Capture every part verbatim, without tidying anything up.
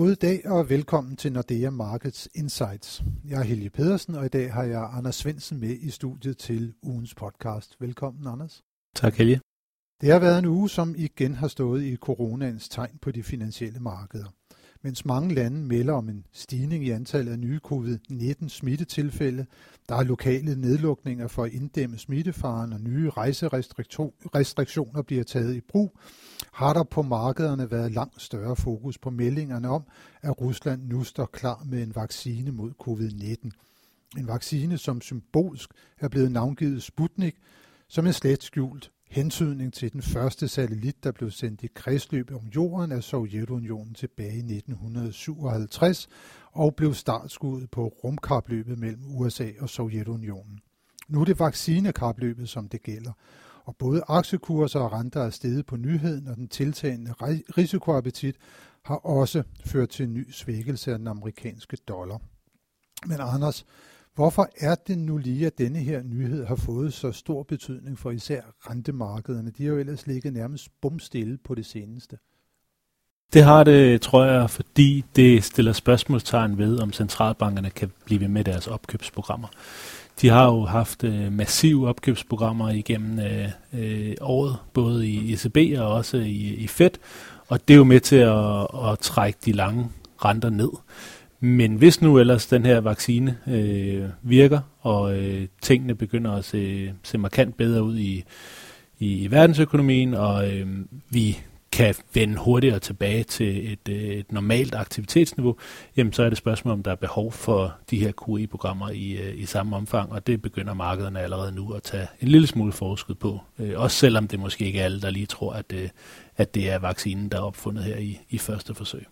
God dag og velkommen til Nordea Markets Insights. Jeg er Helge Pedersen, og i dag har jeg Anders Svendsen med i studiet til ugens podcast. Velkommen, Anders. Tak, Helge. Det har været en uge, som igen har stået i coronaens tegn på de finansielle markeder. Mens mange lande melder om en stigning i antallet af nye covid nitten smittetilfælde, der er lokale nedlukninger for at inddæmme smittefaren og nye rejserestriktioner bliver taget i brug, har der på markederne været langt større fokus på meldingerne om, at Rusland nu står klar med en vaccine mod covid nitten. En vaccine, som symbolsk er blevet navngivet Sputnik, som en slet skjult hentydning til den første satellit, der blev sendt i kredsløb om jorden af Sovjetunionen tilbage i nitten syvoghalvtreds og blev startskuddet på rumkapløbet mellem U S A og Sovjetunionen. Nu er det vaccinekapløbet, som det gælder, og både aktiekurser og renter er steget på nyheden, og den tiltagende risikoappetit har også ført til en ny svækkelse af den amerikanske dollar. Men Anders, hvorfor er det nu lige, at denne her nyhed har fået så stor betydning for især rentemarkederne? De har jo ellers ligget nærmest bumstille på det seneste. Det har det, tror jeg, fordi det stiller spørgsmålstegn ved, om centralbankerne kan blive ved med deres opkøbsprogrammer. De har jo haft øh, massive opkøbsprogrammer igennem øh, øh, året, både i E C B og også i, i Fed, og det er jo med til at, at trække de lange renter ned. Men hvis nu ellers den her vaccine øh, virker, og øh, tingene begynder at se, se markant bedre ud i, i verdensøkonomien, og øh, vi kan vende hurtigere tilbage til et, et normalt aktivitetsniveau, jamen så er det spørgsmål, om der er behov for de her Q E-programmer i, i samme omfang, og det begynder markederne allerede nu at tage en lille smule forskud på. Øh, også selvom det måske ikke er alle, der lige tror, at det, at det er vaccinen, der er opfundet her i, i første forsøg.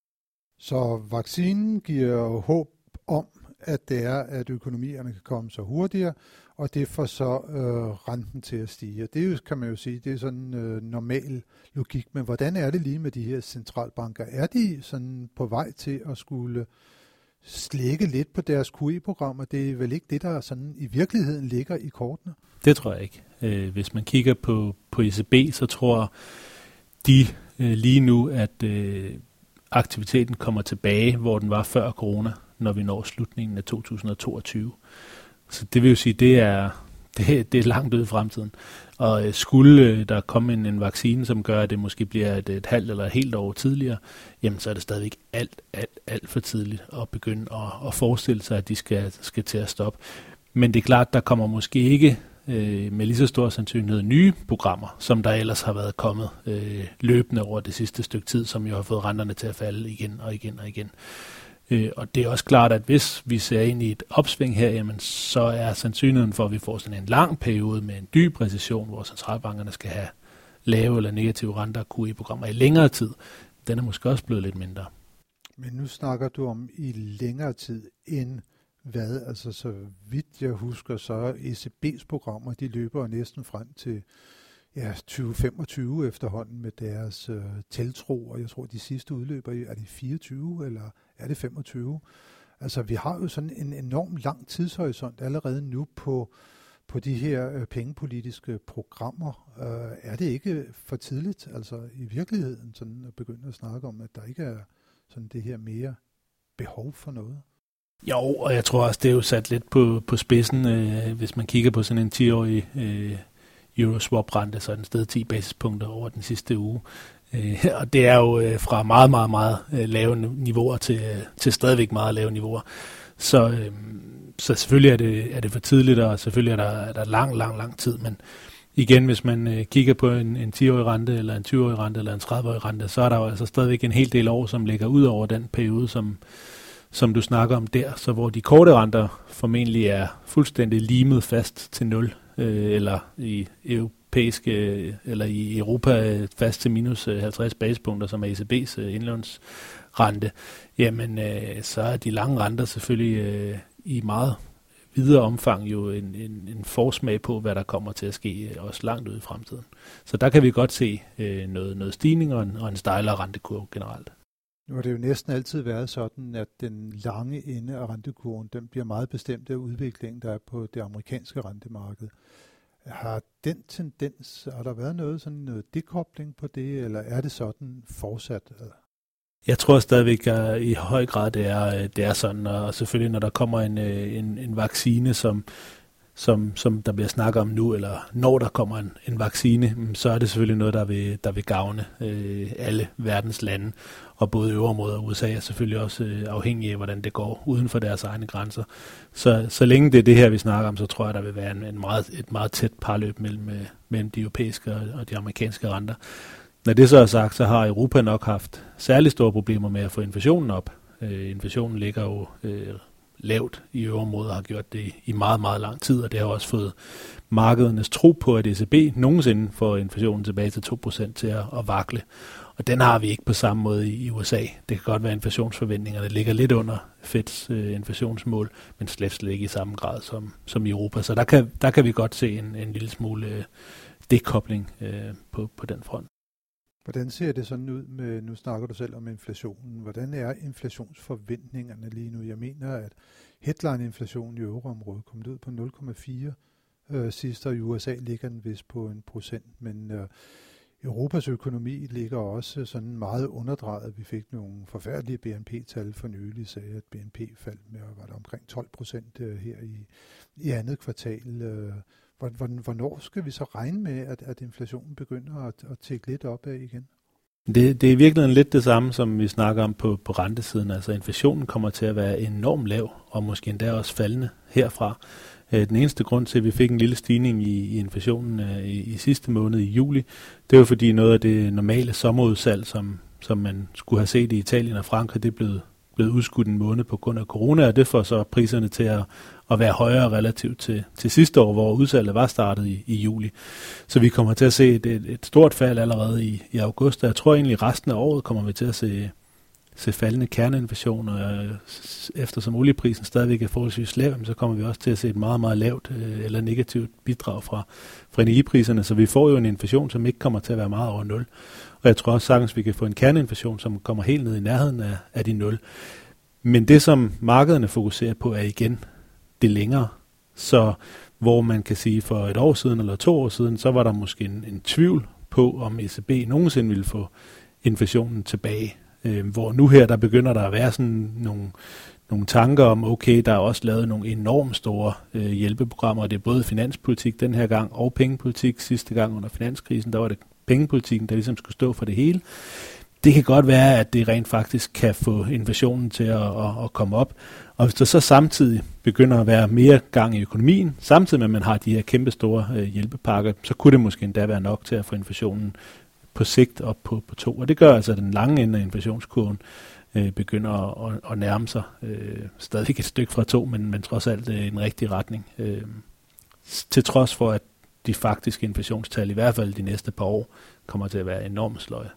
Så vaccinen giver håb om, at det er, at økonomierne kan komme så hurtigere, og det får så øh, renten til at stige. Det er jo, kan man jo sige, det er sådan øh, normal logik, men hvordan er det lige med de her centralbanker? Er de sådan på vej til at skulle slække lidt på deres Q E-programmer? Det er vel ikke det, der sådan i virkeligheden ligger i kortene? Det tror jeg ikke. Øh, hvis man kigger på, på E C B, så tror de øh, lige nu, at øh, aktiviteten kommer tilbage, hvor den var før corona, når vi når slutningen af to tusind og toogtyve. Så det vil jo sige, det er det, det er langt ude i fremtiden. Og skulle der komme en, en vaccine, som gør, at det måske bliver et, et halvt eller et helt år tidligere, jamen så er det stadigvæk alt, alt, alt for tidligt at begynde at, at forestille sig, at de skal, skal til at stoppe. Men det er klart, der kommer måske ikke øh, med lige så stor sandsynlighed nye programmer, som der ellers har været kommet øh, løbende over det sidste stykke tid, som jo har fået renterne til at falde igen og igen og igen. Øh, og det er også klart, at hvis vi ser ind i et opsving her, jamen, så er sandsynligheden for, at vi får sådan en lang periode med en dyb recession, hvor centralbankerne skal have lave eller negative renter og Q E-programmer i længere tid, den er måske også blevet lidt mindre. Men nu snakker du om i længere tid end hvad? Altså så vidt jeg husker, så E C B's programmer, de løber næsten frem til ja, tyve femogtyve efterhånden med deres øh, tiltro, og jeg tror, de sidste udløber, er det fireogtyve eller er det femogtyve? Altså, vi har jo sådan en enorm lang tidshorisont allerede nu på, på de her øh, pengepolitiske programmer. Øh, er det ikke for tidligt, altså i virkeligheden, sådan at begynde at snakke om, at der ikke er sådan det her mere behov for noget? Jo, og jeg tror også, det er jo sat lidt på, på spidsen, øh, hvis man kigger på sådan en ti-årig øh, Euroswap-rente, så er den steget ti basispunkter over den sidste uge. Øh, og det er jo øh, fra meget, meget, meget øh, lave niveauer til, øh, til stadigvæk meget lave niveauer. Så, øh, så selvfølgelig er det, er det for tidligt, og selvfølgelig er der, er der lang, lang, lang tid. Men igen, hvis man øh, kigger på en, en ti-årig rente, eller en tyve-årig rente, eller en tredive-årig rente, så er der jo altså stadigvæk en hel del år, som ligger ud over den periode, som, som du snakker om der. Så hvor de korte renter formentlig er fuldstændig limet fast til nul, øh, eller i europæiske, eller i Europa fast til minus halvtreds basispunkter, som er E C B's øh, indlånsrente, jamen øh, så er de lange renter selvfølgelig øh, i meget videre omfang jo en, en, en forsmag på, hvad der kommer til at ske øh, også langt ude i fremtiden. Så der kan vi godt se øh, noget, noget stigning og en, og en stejlere rentekurve generelt. Nu har det jo næsten altid været sådan, at den lange ende af rentekurven, den bliver meget bestemt af udviklingen, der er på det amerikanske rentemarked. Har den tendens, har der været noget sådan noget dekobling på det, eller er det sådan fortsat? Jeg tror stadigvæk, at i høj grad det er, det er sådan, og selvfølgelig når der kommer en, en, en vaccine, som, som, som der bliver snakket om nu, eller når der kommer en, en vaccine, så er det selvfølgelig noget, der vil, der vil gavne øh, alle verdens lande, og både øvreområder og U S A er selvfølgelig også øh, afhængige af, hvordan det går uden for deres egne grænser. Så, så længe det er det her, vi snakker om, så tror jeg, der vil være en, en meget, et meget tæt parløb mellem, mellem de europæiske og de amerikanske renter. Når det så er sagt, så har Europa nok haft særlig store problemer med at få inflationen op. Øh, inflationen ligger jo øh, lavt i øvreområdet og har gjort det i meget, meget lang tid, og det har også fået markedernes tro på, at E C B nogensinde får inflationen tilbage til to procent til at, at vakle. Og den har vi ikke på samme måde i, i U S A. Det kan godt være, at inflationsforventningerne ligger lidt under Feds øh, inflationsmål, men slet slet ikke i samme grad som, som i Europa. Så der kan, der kan vi godt se en, en lille smule øh, dekobling øh, på, på den front. Hvordan ser det sådan ud med, nu snakker du selv om inflationen, hvordan er inflationsforventningerne lige nu? Jeg mener, at headline-inflationen i euroområdet kom ud på nul komma fire øh, sidst, og i U S A ligger den vist på en procent, men øh, Europas økonomi ligger også sådan meget underdrejet. Vi fik nogle forfærdelige B N P-tal for nylig, sagde at B N P faldt med, var der omkring tolv procent øh, her i, i andet kvartal. Øh, Hvornår skal vi så regne med, at, at inflationen begynder at, at tække lidt opad igen? Det, det er i virkeligheden lidt det samme, som vi snakker om på, på rentesiden. Altså inflationen kommer til at være enormt lav, og måske endda også faldende herfra. Den eneste grund til, at vi fik en lille stigning i, i inflationen i, i sidste måned i juli, det var fordi noget af det normale sommerudsalg, som, som man skulle have set i Italien og Frankrig, det er blevet blevet udskudt en måned på grund af corona, og det får så priserne til at, at være højere relativt til, til sidste år, hvor udsalget var startet i, i juli. Så vi kommer til at se et, et, et stort fald allerede i, i august, og jeg tror egentlig, resten af året kommer vi til at se, se faldende kerneinflation, og eftersom olieprisen stadigvæk er forholdsvis lav, så kommer vi også til at se et meget, meget lavt eller negativt bidrag fra, fra energipriserne, så vi får jo en inflation, som ikke kommer til at være meget over nul. Og jeg tror også sagtens, vi kan få en kerneinflation, som kommer helt ned i nærheden af, af de nul. Men det, som markederne fokuserer på, er igen det længere. Så hvor man kan sige, for et år siden eller to år siden, så var der måske en, en tvivl på, om E C B nogensinde ville få inflationen tilbage. Øh, hvor nu her, der begynder der at være sådan nogle, nogle tanker om, okay, der er også lavet nogle enormt store øh, hjælpeprogrammer, og det er både finanspolitik den her gang og pengepolitik. Sidste gang under finanskrisen, der var det pengepolitikken, der ligesom skulle stå for det hele. Det kan godt være, at det rent faktisk kan få inflationen til at, at, at komme op. Og hvis der så samtidig begynder at være mere gang i økonomien, samtidig med at man har de her kæmpe store øh, hjælpepakker, så kunne det måske endda være nok til at få inflationen på sigt op på, på to. Og det gør altså, at den lange ende af inflationskurven øh, begynder at, at, at nærme sig. Øh, stadig et stykke fra to, men, men trods alt øh, en rigtig retning. Øh, til trods for, at de faktiske inflationstal, i hvert fald de næste par år, kommer til at være enormt sløje.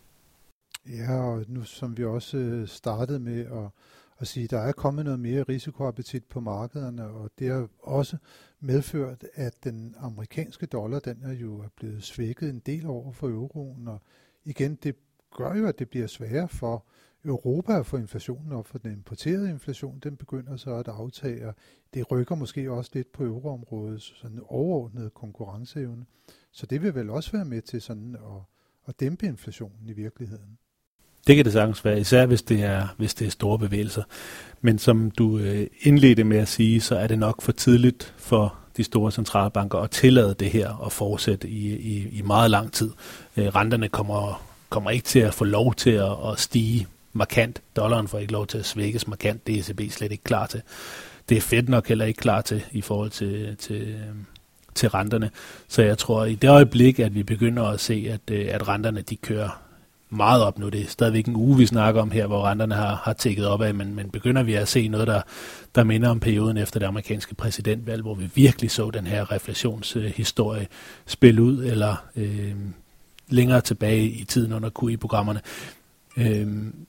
Ja, og nu som vi også startede med at, at sige, der er kommet noget mere risikoappetit på markederne, og det har også medført, at den amerikanske dollar, den er jo blevet svækket en del over for euroen, og igen, det gør jo, at det bliver sværere for Europa at få inflationen op, for den importerede inflation, den begynder så at aftage, og det rykker måske også lidt på euroområdet, sådan en overordnet konkurrenceevne. Så det vil vel også være med til sådan at, at dæmpe inflationen i virkeligheden. Det kan det sagtens være, især hvis det er, hvis det er store bevægelser. Men som du øh, indledte med at sige, så er det nok for tidligt for de store centralbanker at tillade det her og fortsætte i, i, i meget lang tid. Øh, renterne kommer, kommer ikke til at få lov til at, at stige markant. Dollaren får ikke lov til at svækkes markant. Det er E C B slet ikke klar til. Det er Fed nok heller ikke klar til i forhold til, til, til renterne. Så jeg tror i det øjeblik, at vi begynder at se, at, at renterne de kører meget op nu. Det er stadigvæk en uge, vi snakker om her, hvor renterne har, har tækket op af, men, men begynder vi at se noget, der, der minder om perioden efter det amerikanske præsidentvalg, hvor vi virkelig så den her reflationshistorie spille ud, eller øh, længere tilbage i tiden under Q E-programmerne. Øh,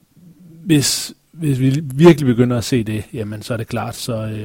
hvis, hvis vi virkelig begynder at se det, jamen så er det klart, så, øh,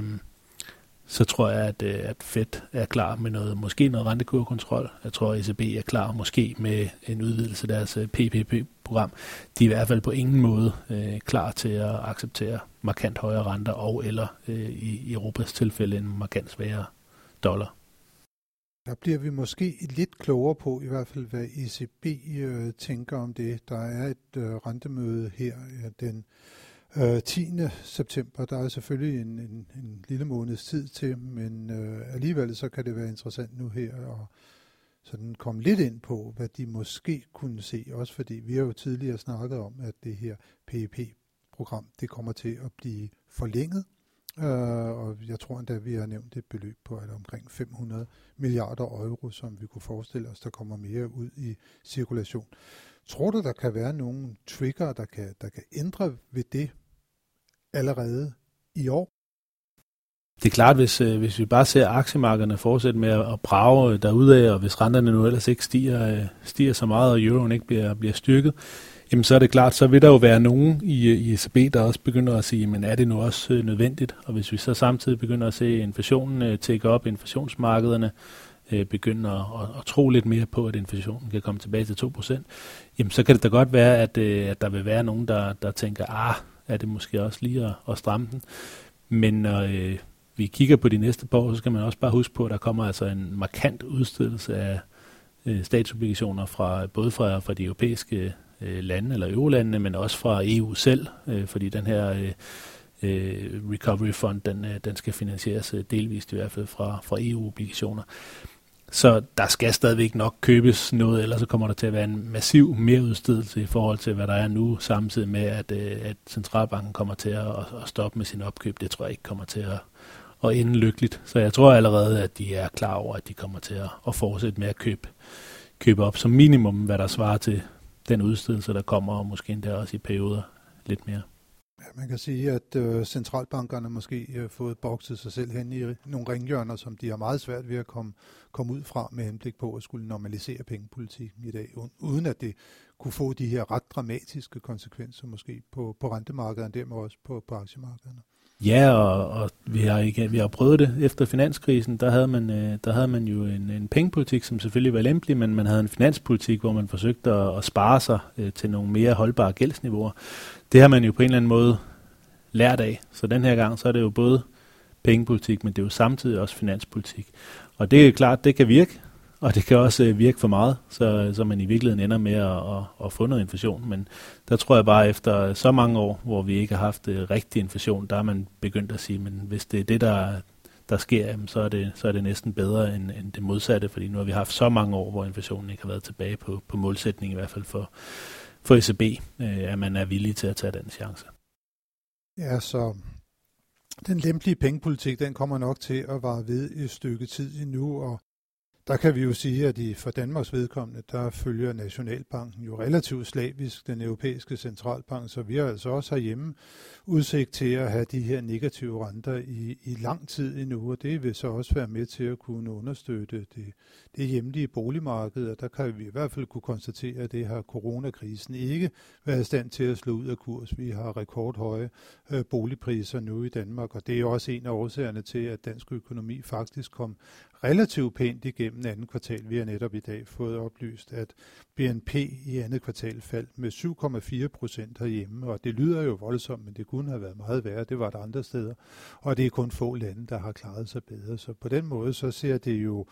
så tror jeg, at, at Fed er klar med noget, måske noget rentekurvekontrol. Jeg tror, at E C B er klar måske med en udvidelse af deres P P P-program. De er i hvert fald på ingen måde øh, klar til at acceptere markant højere renter, og eller øh, i Europas tilfælde en markant svagere dollar. Der bliver vi måske lidt klogere på, i hvert fald hvad E C B øh, tænker om det. Der er et øh, rentemøde her ja, den øh, tiende september. Der er selvfølgelig en, en, en lille måneds tid til, men øh, alligevel så kan det være interessant nu her at sådan komme lidt ind på, hvad de måske kunne se. Også fordi vi har jo tidligere snakket om, at det her P E P-program det kommer til at blive forlænget. Uh, og jeg tror endda, vi har nævnt et beløb på at omkring fem hundrede milliarder euro, som vi kunne forestille os, der kommer mere ud i cirkulation. Tror du, der kan være nogle trigger, der kan, der kan ændre ved det allerede i år? Det er klart, hvis, hvis vi bare ser aktiemarkederne fortsætte med at brage derudad, og hvis renterne nu ellers ikke stiger, stiger så meget, og euroen ikke bliver, bliver styrket, jamen så er det klart, så vil der jo være nogen i, i E C B, der også begynder at sige, men er det nu også øh, nødvendigt? Og hvis vi så samtidig begynder at se inflationen øh, tække op, inflationsmarkederne øh, begynder at, at, at tro lidt mere på, at inflationen kan komme tilbage til to procent, jamen så kan det da godt være, at, øh, at der vil være nogen, der, der tænker, ah, er det måske også lige at, at stramme den? Men når øh, vi kigger på de næste par år, så skal man også bare huske på, at der kommer altså en markant udstedelse af øh, statsobligationer fra både fra, fra de europæiske lande eller eurolandene, men også fra E U selv, øh, fordi den her øh, recovery fund, den, øh, den skal finansieres øh, delvist i hvert fald fra, fra E U-obligationer. Så der skal stadigvæk nok købes noget, ellers så kommer der til at være en massiv merudstedelse i forhold til, hvad der er nu, samtidig med, at, øh, at centralbanken kommer til at, at stoppe med sin opkøb. Det tror jeg ikke kommer til at, at ende lykkeligt. Så jeg tror allerede, at de er klar over, at de kommer til at, at fortsætte med at købe, købe op som minimum, hvad der svarer til den udstedelse, der kommer, og måske endda også i perioder lidt mere. Ja, man kan sige, at øh, centralbankerne måske har øh, fået bokset sig selv hen i nogle ringhjørner, som de har meget svært ved at komme, komme ud fra med henblik på at skulle normalisere pengepolitikken i dag, uden at det kunne få de her ret dramatiske konsekvenser måske på, på rentemarkederne, dermed også på, på aktiemarkederne. Ja, og, og vi har ikke vi har prøvet det efter finanskrisen. Der havde man øh, der havde man jo en, en pengepolitik, som selvfølgelig var lempelig, men man havde en finanspolitik, hvor man forsøgte at, at spare sig øh, til nogle mere holdbare gældsniveauer. Det har man jo på en eller anden måde lært af. Så den her gang så er det jo både pengepolitik, men det er jo samtidig også finanspolitik. Og det er klart, det kan virke, og det kan også øh, virke for meget, så, så man i virkeligheden ender med at, at, at få noget inflation. Men der tror jeg bare, efter så mange år, hvor vi ikke har haft øh, rigtig inflation, der er man begyndt at sige, men hvis det er det, der, der sker, jamen, så, er det, så er det næsten bedre end, end det modsatte, fordi nu har vi haft så mange år, hvor inflationen ikke har været tilbage på, på målsætning, i hvert fald for, for E C B, øh, at man er villig til at tage den chance. Ja, så den lempelige pengepolitik, den kommer nok til at vare ved et stykke tid endnu, og der kan vi jo sige, at i for Danmarks vedkommende, der følger Nationalbanken jo relativt slavisk den europæiske centralbank, så vi har altså også herhjemme udsigt til at have de her negative renter i, i lang tid endnu, og det vil så også være med til at kunne understøtte det, det hjemlige boligmarked, og der kan vi i hvert fald kunne konstatere, at det har coronakrisen ikke været i stand til at slå ud af kurs. Vi har rekordhøje øh, boligpriser nu i Danmark, og det er også en af årsagerne til, at dansk økonomi faktisk kom relativt pænt igennem andet kvartal. Vi har netop i dag fået oplyst, at B N P i andet kvartal faldt med syv komma fire procent herhjemme, og det lyder jo voldsomt, men det kunne have været meget værre. Det var der andre steder, og det er kun få lande, der har klaret sig bedre. Så på den måde, så ser det jo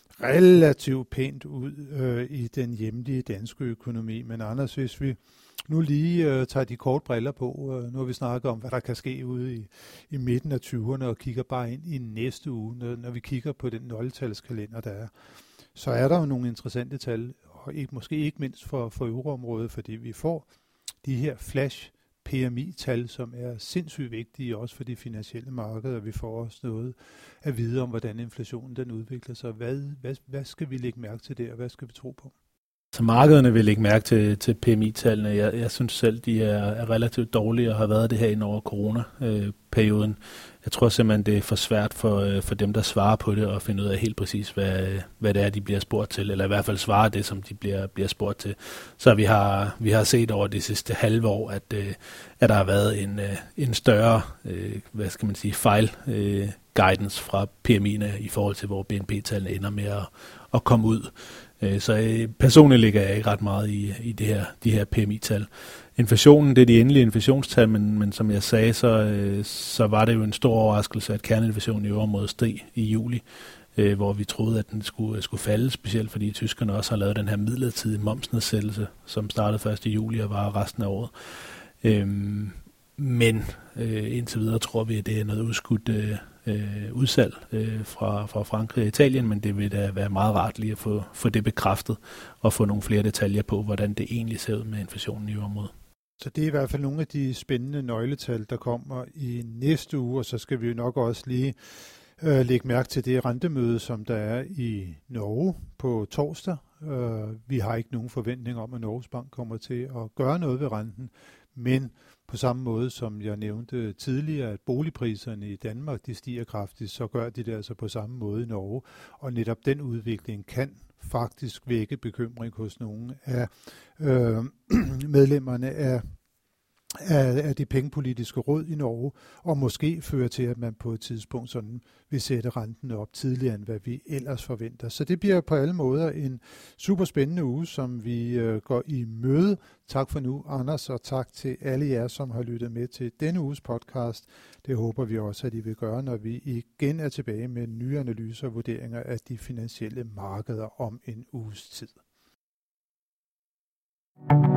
relativt pænt ud øh, i den hjemlige danske økonomi. Men Anders, hvis vi nu lige øh, tager de korte briller på, øh, nu har vi snakket om, hvad der kan ske ude i, i midten af tyverne, og kigger bare ind i næste uge, når, når vi kigger på den nul-talskalender, der er, så er der jo nogle interessante tal, og ikke, måske ikke mindst for, for euroområdet, fordi vi får de her flash P M I-tal, som er sindssygt vigtige også for de finansielle markeder. Vi får også noget at vide om, hvordan inflationen den udvikler sig. Hvad, hvad, hvad skal vi lægge mærke til der, og hvad skal vi tro på? Så markederne vil lægge mærke til, til P M I-tallene. Jeg, jeg synes selv, de er, er relativt dårlige og har været det her ind over corona-perioden. Jeg tror simpelthen, det er for svært for, for dem, der svarer på det, at finde ud af helt præcis, hvad, hvad det er, de bliver spurgt til, eller i hvert fald svare det, som de bliver, bliver spurgt til. Så vi har, vi har set over de sidste halve år, at, at der har været en, en større, hvad skal man sige, fejl guidance fra P M I'erne i forhold til, hvor B N P-tallene ender med at, at komme ud. Så personligt ligger jeg ikke ret meget i, i det her, de her P M I-tal. Inflationen, det er de endelige inflationstal, men, men som jeg sagde, så, så var det jo en stor overraskelse, at kerneinflationen i euroområdet steg i juli. øh, hvor vi troede, at den skulle, skulle falde, specielt fordi tyskerne også har lavet den her midlertidige momsnedsættelse, som startede første juli og var resten af året. Øhm, men øh, indtil videre tror vi, at det er noget udskudt øh, øh, udsalg øh, fra, fra Frankrig og Italien, men det vil da være meget rart lige at få, få det bekræftet og få nogle flere detaljer på, hvordan det egentlig ser ud med inflationen i området. Så det er i hvert fald nogle af de spændende nøgletal, der kommer i næste uge, og så skal vi jo nok også lige øh, lægge mærke til det rentemøde, som der er i Norge på torsdag. Øh, vi har ikke nogen forventning om, at Norges Bank kommer til at gøre noget ved renten, men på samme måde, som jeg nævnte tidligere, at boligpriserne i Danmark de stiger kraftigt, så gør de det altså på samme måde i Norge. Og netop den udvikling kan faktisk vække bekymring hos nogle af øh, medlemmerne af, af, af det pengepolitiske råd i Norge, og måske føre til, at man på et tidspunkt sådan vil sætte renten op tidligere, end hvad vi ellers forventer. Så det bliver på alle måder en super spændende uge, som vi øh, går i møde. Tak for nu, Anders, og tak til alle jer, som har lyttet med til denne uges podcast. Det håber vi også, at I vil gøre, når vi igen er tilbage med nye analyser og vurderinger af de finansielle markeder om en uges tid.